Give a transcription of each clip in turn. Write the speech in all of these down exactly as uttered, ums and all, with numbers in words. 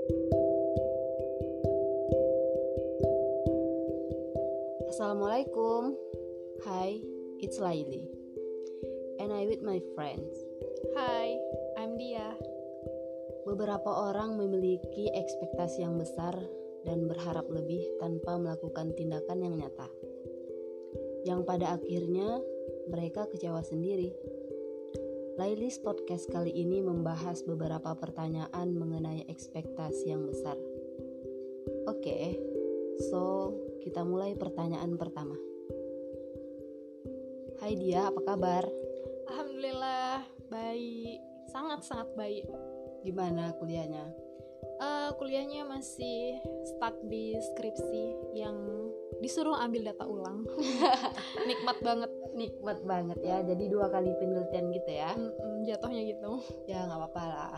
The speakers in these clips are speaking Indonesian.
Assalamualaikum. Hi, it's Laili. And I with my friends. Hai, I'm Dia. Beberapa orang memiliki ekspektasi yang besar dan berharap lebih tanpa melakukan tindakan yang nyata. Yang pada akhirnya mereka kecewa sendiri. Laili's podcast kali ini membahas beberapa pertanyaan mengenai ekspektasi yang besar. Oke, okay, so kita mulai pertanyaan pertama. Hai Dia, apa kabar? Alhamdulillah, baik. Sangat-sangat baik. Gimana kuliahnya? Uh, kuliahnya masih stuck di skripsi yang disuruh ambil data ulang. Nikmat banget. Nikmat banget ya, jadi dua kali penelitian gitu ya. Mm-mm, jatuhnya gitu. Ya gak apa-apa lah.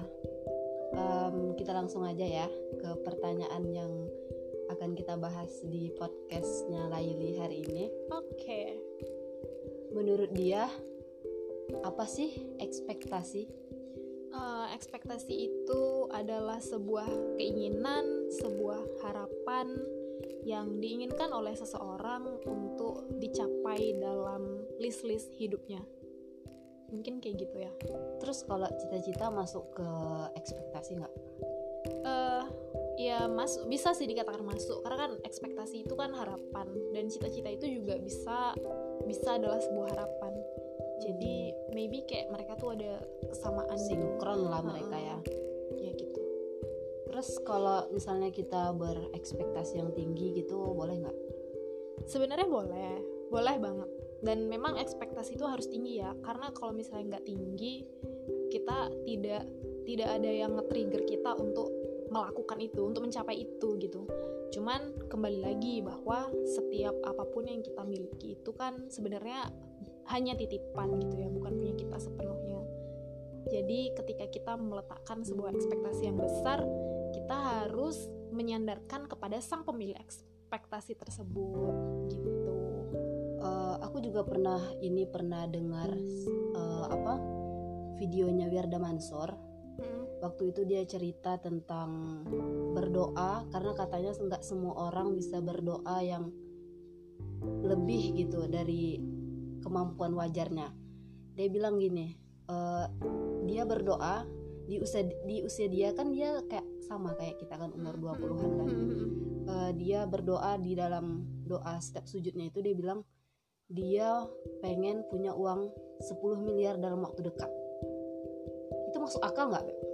um, Kita langsung aja ya ke pertanyaan yang akan kita bahas di podcastnya Laili hari ini. Oke okay. Menurut dia, apa sih ekspektasi? Uh, ekspektasi itu adalah sebuah keinginan, sebuah harapan yang diinginkan oleh seseorang untuk dicapai dalam list-list hidupnya. Mungkin kayak gitu ya. Terus kalau cita-cita masuk ke ekspektasi nggak? Uh, ya masuk, bisa sih dikatakan masuk. Karena kan ekspektasi itu kan harapan, dan cita-cita itu juga bisa bisa adalah sebuah harapan. Jadi maybe kayak mereka tuh ada kesamaan, sinkron lah mereka uh, ya. Ya gitu. Terus kalau misalnya kita berekspektasi yang tinggi gitu, boleh nggak? Sebenarnya boleh, boleh banget. Dan memang ekspektasi itu harus tinggi ya, karena kalau misalnya nggak tinggi, kita tidak tidak ada yang nge-trigger kita untuk melakukan itu, untuk mencapai itu gitu. Cuman kembali lagi bahwa setiap apapun yang kita miliki itu kan sebenarnya hanya titipan gitu ya, bukan punya kita sepenuhnya. Jadi ketika kita meletakkan sebuah ekspektasi yang besar, kita harus menyandarkan kepada sang pemilik ekspektasi tersebut gitu. Uh, aku juga pernah ini pernah dengar uh, apa videonya Wirda Mansur. Hmm. Waktu itu dia cerita tentang berdoa, karena katanya nggak semua orang bisa berdoa yang lebih gitu dari kemampuan wajarnya. Dia bilang gini, uh, dia berdoa di usia di usia dia kan dia kayak sama kayak kita kan umur dua puluhan kan. Uh, dia berdoa di dalam doa setiap sujudnya itu dia bilang dia pengen punya uang sepuluh miliar dalam waktu dekat. Itu masuk akal nggak, Beb?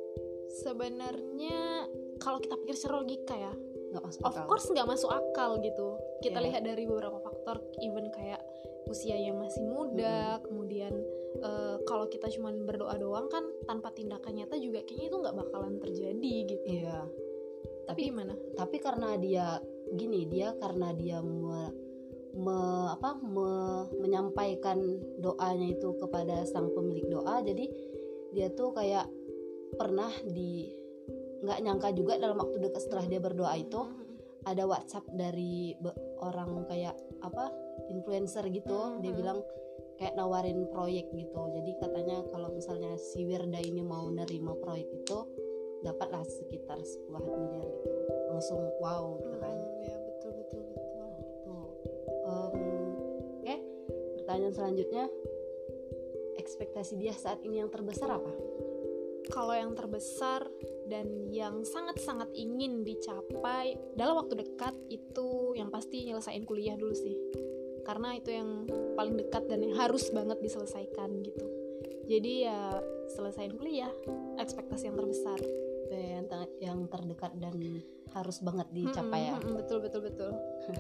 Sebenarnya kalau kita pikir secara logika ya, nggak masuk of akal. course nggak masuk akal gitu. Kita yeah. lihat dari beberapa faktor, even kayak usia yang masih muda, mm-hmm. kemudian uh, kalau kita cuma berdoa doang kan tanpa tindakan nyata juga kayaknya itu nggak bakalan terjadi gitu. Iya. Yeah. Tapi gimana? Tapi karena dia gini, dia karena dia me, me, apa, me, menyampaikan doanya itu kepada sang pemilik doa, jadi dia tuh kayak pernah di nggak nyangka juga dalam waktu dekat setelah dia berdoa itu mm-hmm. ada WhatsApp dari be, orang kayak apa influencer gitu, mm-hmm. dia bilang kayak nawarin proyek gitu. Jadi katanya kalau misalnya si Wirda ini mau nerima proyek itu dapatlah sekitar sepuluh miliar gitu. Langsung wow gitu kan. Hmm, ya betul betul betul. Gitu. Um, Oke, okay. Pertanyaan selanjutnya, ekspektasi dia saat ini yang terbesar apa? Kalau yang terbesar dan yang sangat-sangat ingin dicapai dalam waktu dekat itu yang pasti nyelesain kuliah dulu sih. Karena itu yang paling dekat dan yang harus banget diselesaikan gitu. Jadi ya selesain kuliah, ekspektasi yang terbesar. Yang, yang terdekat dan harus banget dicapai ya. Hmm, hmm, betul betul betul.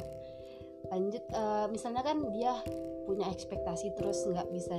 Lanjut, uh, misalnya kan dia punya ekspektasi terus nggak bisa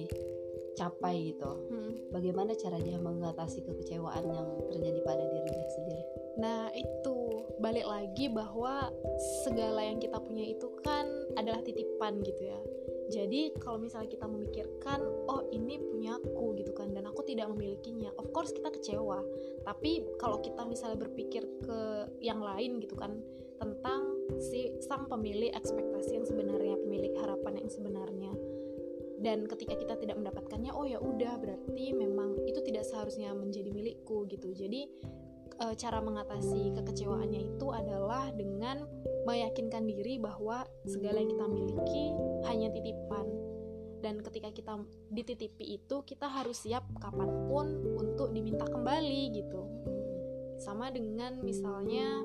dicapai gitu. Hmm. Bagaimana cara dia mengatasi kekecewaan yang terjadi pada dirinya sendiri? Nah itu balik lagi bahwa segala yang kita punya itu kan adalah titipan gitu ya. Jadi kalau misalnya kita memikirkan, oh ini punyaku gitu kan, dan aku tidak memilikinya, of course kita kecewa. Tapi kalau kita misalnya berpikir ke yang lain gitu kan, tentang si sang pemilik ekspektasi yang sebenarnya, pemilik harapan yang sebenarnya, dan ketika kita tidak mendapatkannya, oh ya udah berarti memang itu tidak seharusnya menjadi milikku gitu. Jadi uh, cara mengatasi kekecewaannya itu adalah dengan meyakinkan diri bahwa segala yang kita miliki hanya titipan, dan ketika kita dititipi itu kita harus siap kapanpun untuk diminta kembali gitu. Sama dengan misalnya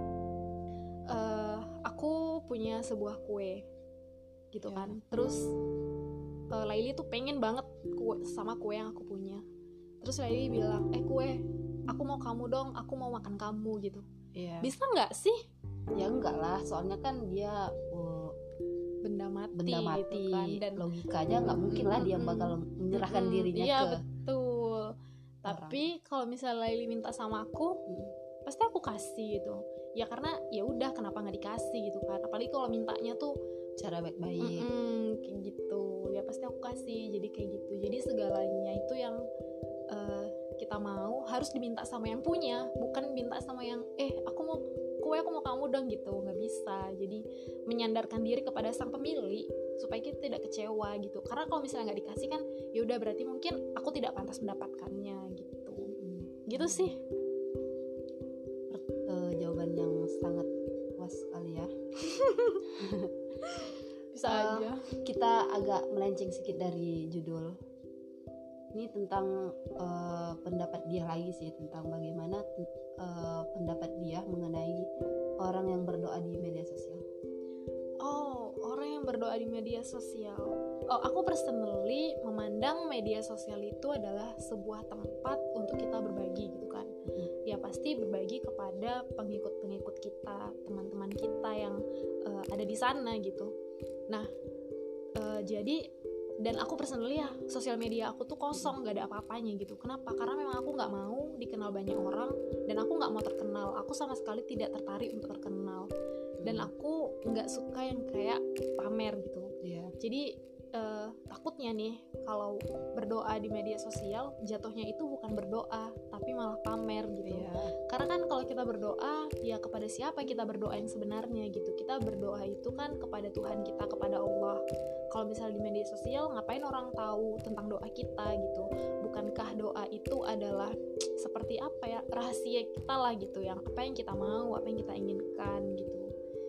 uh, aku punya sebuah kue gitu kan, terus uh, Laili tuh pengen banget kue, sama kue yang aku punya. Terus Laili bilang, eh kue, aku mau kamu dong, aku mau makan kamu gitu. Yeah. Bisa nggak sih? Ya enggak lah, soalnya kan dia uh, benda mati, benda mati gitu kan. Dan logika aja nggak mungkin lah dia bakal menyerahkan mm, dirinya iya, ke betul. Tapi kalau misalnya Laili minta sama aku, hmm. pasti aku kasih gitu. Ya karena ya udah, kenapa nggak dikasih gitu kan? Apalagi kalau mintanya tuh cara baik-baik, kayak gitu. Ya pasti aku kasih. Jadi kayak gitu. Jadi segalanya itu yang uh, kita mau harus diminta sama yang punya, bukan minta sama yang eh aku mau kue, aku mau kamu dong gitu. Nggak bisa. Jadi menyandarkan diri kepada sang pemilik supaya kita tidak kecewa gitu. Karena kalau misalnya nggak dikasih kan ya udah, berarti mungkin aku tidak pantas mendapatkannya gitu. Hmm. Gitu sih. Uh, jawaban yang sangat puas sekali ya. Bisa uh, aja. Kita agak melenceng sedikit dari judul. Ini tentang uh, pendapat dia lagi sih, tentang bagaimana uh, pendapat dia mengenai orang yang berdoa di media sosial. Oh, orang yang berdoa di media sosial. Oh, aku personally memandang media sosial itu adalah sebuah tempat untuk kita berbagi gitu kan. Hmm. Ya pasti berbagi kepada pengikut-pengikut kita, teman-teman kita yang uh, ada di sana gitu. Nah, uh, jadi dan aku personally ya, sosial media aku tuh kosong, gak ada apa-apanya gitu. Kenapa? Karena memang aku gak mau dikenal banyak orang, dan aku gak mau terkenal. Aku sama sekali tidak tertarik untuk terkenal. Dan aku gak suka yang kayak pamer gitu. Yeah. Jadi uh, takutnya nih kalau berdoa di media sosial, jatuhnya itu bukan berdoa, tapi malah pamer gitu. Yeah. Karena kan kalau kita berdoa, ya kepada siapa kita berdoa yang sebenarnya gitu. Kita berdoa itu kan kepada Tuhan kita, kepada Allah. Kalau misalnya di media sosial, ngapain orang tahu tentang doa kita gitu? Bukankah doa itu adalah seperti apa ya, rahasia kita lah gitu, yang apa yang kita mau, apa yang kita inginkan gitu.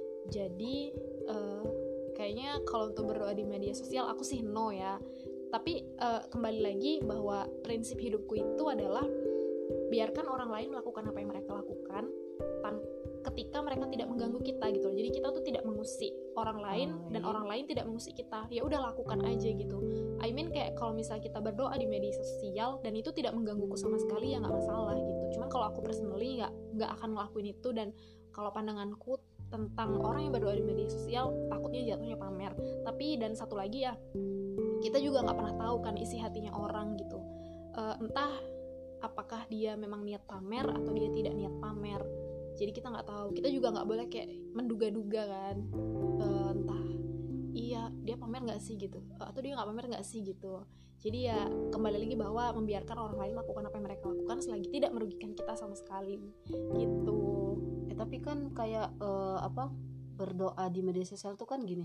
Jadi uh, kayaknya kalau untuk berdoa di media sosial aku sih no ya. Tapi uh, kembali lagi bahwa prinsip hidupku itu adalah biarkan orang lain melakukan apa yang mereka lakukan tan- ketika mereka tidak mengganggu kita gitu. Jadi kita tuh tidak mengusik orang lain oh, dan iya. orang lain tidak mengusik kita. Ya udah, lakukan aja gitu. I mean kayak kalau misalnya kita berdoa di media sosial dan itu tidak menggangguku sama sekali, ya nggak masalah gitu. Cuman kalau aku personally nggak nggak akan ngelakuin itu. Dan kalau pandanganku tentang orang yang berdoa di media sosial, takutnya jatuhnya pamer. Tapi dan satu lagi ya, kita juga nggak pernah tahu kan isi hatinya orang gitu. Uh, entah apakah dia memang niat pamer atau dia tidak niat pamer. Jadi kita nggak tahu. Kita juga nggak boleh kayak menduga-duga kan. Uh, entah iya dia pamer nggak sih gitu, uh, atau dia nggak pamer nggak sih gitu. Jadi ya kembali lagi bahwa membiarkan orang lain melakukan apa yang mereka lakukan selagi tidak merugikan kita sama sekali gitu. Eh tapi kan kayak uh, apa berdoa di media sosial tuh kan gini.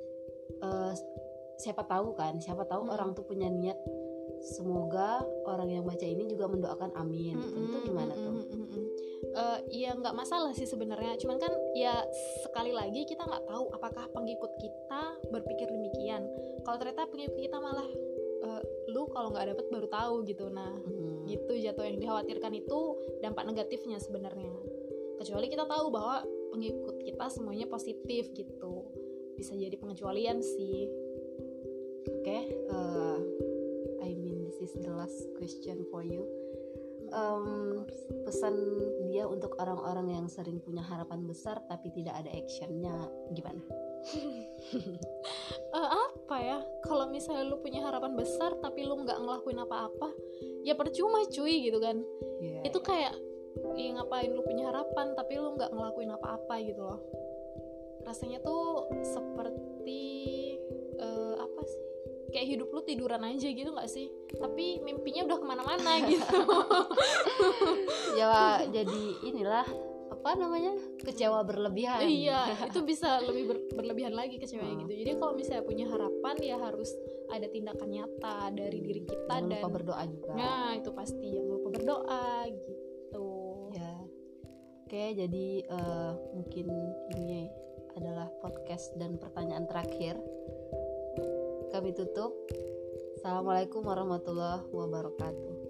Uh, siapa tahu kan, siapa tahu hmm. orang tuh punya niat. Semoga orang yang baca ini juga mendoakan amin. Mm-hmm, itu gimana tuh? Mm-hmm. Uh, ya nggak masalah sih sebenarnya. Cuman kan ya sekali lagi kita nggak tahu apakah pengikut kita berpikir demikian. Kalau ternyata pengikut kita malah uh, lu kalau nggak dapet baru tahu gitu. Nah mm-hmm. gitu jatuh yang dikhawatirkan itu dampak negatifnya sebenarnya. Kecuali kita tahu bahwa pengikut kita semuanya positif gitu. Bisa jadi pengecualian sih. Oke. Okay, uh... I mean this is the last question for you. Um, pesan dia untuk orang-orang yang sering punya harapan besar tapi tidak ada actionnya gimana? uh, apa ya? Kalau misalnya lu punya harapan besar tapi lu nggak ngelakuin apa-apa, ya percuma cuy gitu kan? Yeah, Itu yeah. kayak, ya ngapain lu punya harapan tapi lu nggak ngelakuin apa-apa gitu loh? Rasanya tuh seperti uh, apa sih? Kayak hidup lu tiduran aja gitu gak sih? Tapi mimpinya udah kemana-mana gitu. Ya jadi inilah apa namanya, kecewa berlebihan. Iya, itu bisa lebih ber- berlebihan lagi kecewanya hmm. gitu. Jadi kalau misalnya punya harapan ya harus ada tindakan nyata dari diri kita. Jangan dan lupa berdoa juga. Nah itu pasti, jangan lupa berdoa gitu. Ya Oke, jadi uh, mungkin ini adalah podcast dan pertanyaan terakhir. Kami tutup. Assalamualaikum warahmatullahi wabarakatuh.